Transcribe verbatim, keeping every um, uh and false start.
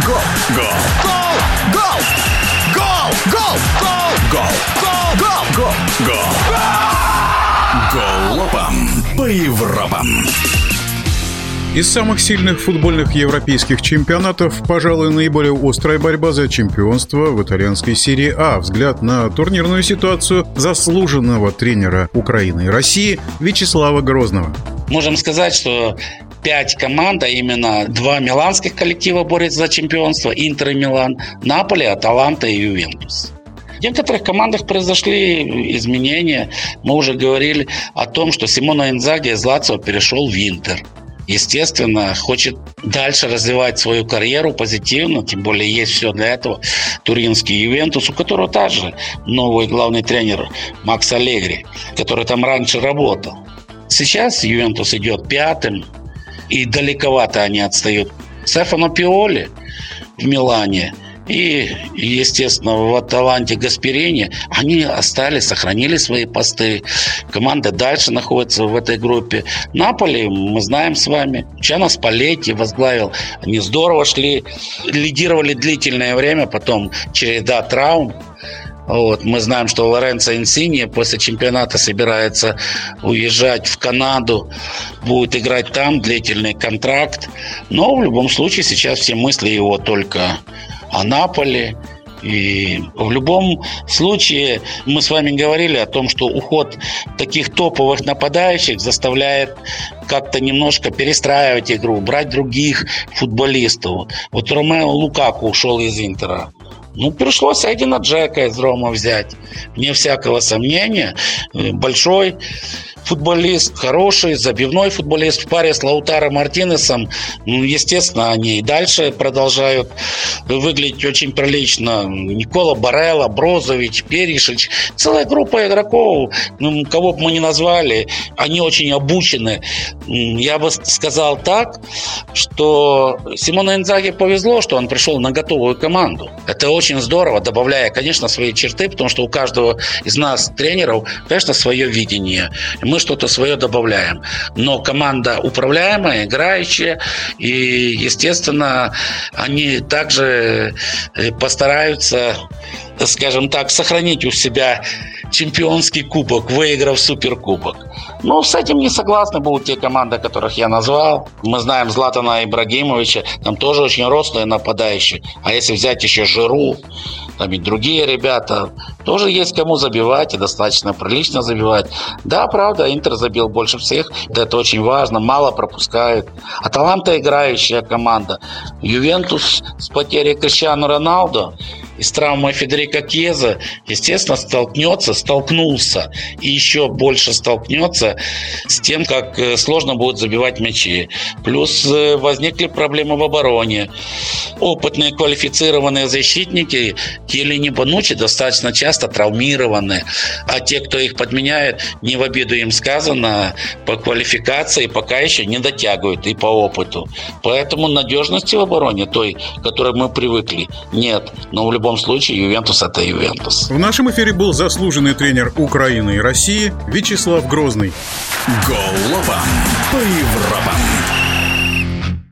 Гол! Гол! Гол! Гол! Гол! Гол! Гол! Гол! Гол! Гол! Гол! Галопом по Европам! Из самых сильных футбольных европейских чемпионатов, пожалуй, наиболее острая борьба за чемпионство в итальянской серии А. Взгляд на турнирную ситуацию заслуженного тренера Украины и России Вячеслава Грозного. Можем сказать, что пять команд, а именно два миланских коллектива борются за чемпионство: Интер и Милан, Наполи, Аталанта и Ювентус. В некоторых командах произошли изменения. Мы уже говорили о том, что Симоне Инзаги из Лацио перешел в Интер. Естественно, хочет дальше развивать свою карьеру позитивно, тем более есть все для этого. Туринский Ювентус, у которого также новый главный тренер Макс Аллегри, который там раньше работал. Сейчас Ювентус идет пятым, и далековато они отстают. Стефано Пиоли в Милане и, естественно, в Аталанте Гасперини, они остались, сохранили свои посты. Команда дальше находится в этой группе. Наполи, мы знаем с вами, Чано Спалетти возглавил. Они здорово шли, лидировали длительное время, потом череда травм. Вот. Мы знаем, что Лоренцо Инсиньи после чемпионата собирается уезжать в Канаду, будет играть там, длительный контракт. Но в любом случае сейчас все мысли его только о Наполи. И в любом случае мы с вами говорили о том, что уход таких топовых нападающих заставляет как-то немножко перестраивать игру, брать других футболистов. Вот Ромео Лукаку ушел из Интера. Ну, пришлось Эдина Джека из Рома взять. Вне всякого сомнения. Большой футболист, хороший, забивной футболист в паре с Лаутаро Мартинесом. Ну, естественно, они и дальше продолжают выглядеть очень прилично. Никола Барелла, Брозович, Перишич. Целая группа игроков, ну, кого бы мы ни назвали, они очень обучены. Я бы сказал так, что Симоне Инзаги повезло, что он пришел на готовую команду. Это очень здорово, добавляя, конечно, свои черты, потому что у каждого из нас, тренеров, конечно, свое видение. Мы что-то свое добавляем. Но команда управляемая, играющая, и, естественно, они также постараются, скажем так, сохранить у себя чемпионский кубок, выиграв суперкубок. Но с этим не согласны будут те команды, которых я назвал. Мы знаем Златана Ибрагимовича, там тоже очень рослые нападающие. А если взять еще Жиру, там и другие ребята, тоже есть кому забивать, и достаточно прилично забивать. Да, правда, Интер забил больше всех, это очень важно, мало пропускают. Аталанта играющая команда. Ювентус с потерей Криштиану Роналдо и с травмой Федерико Кьеза, естественно, столкнется, столкнулся и еще больше столкнется с тем, как сложно будет забивать мячи. Плюс возникли проблемы в обороне. Опытные квалифицированные защитники Киелини, Бонуччи достаточно часто травмированы, а те, кто их подменяет, не в обиду им сказано, по квалификации пока еще не дотягивают и по опыту. Поэтому надежности в обороне, той, к которой мы привыкли, нет. Но в любом В любом случае, Ювентус – это Ювентус. В нашем эфире был заслуженный тренер Украины и России Вячеслав Грозный. Галопом по Европам!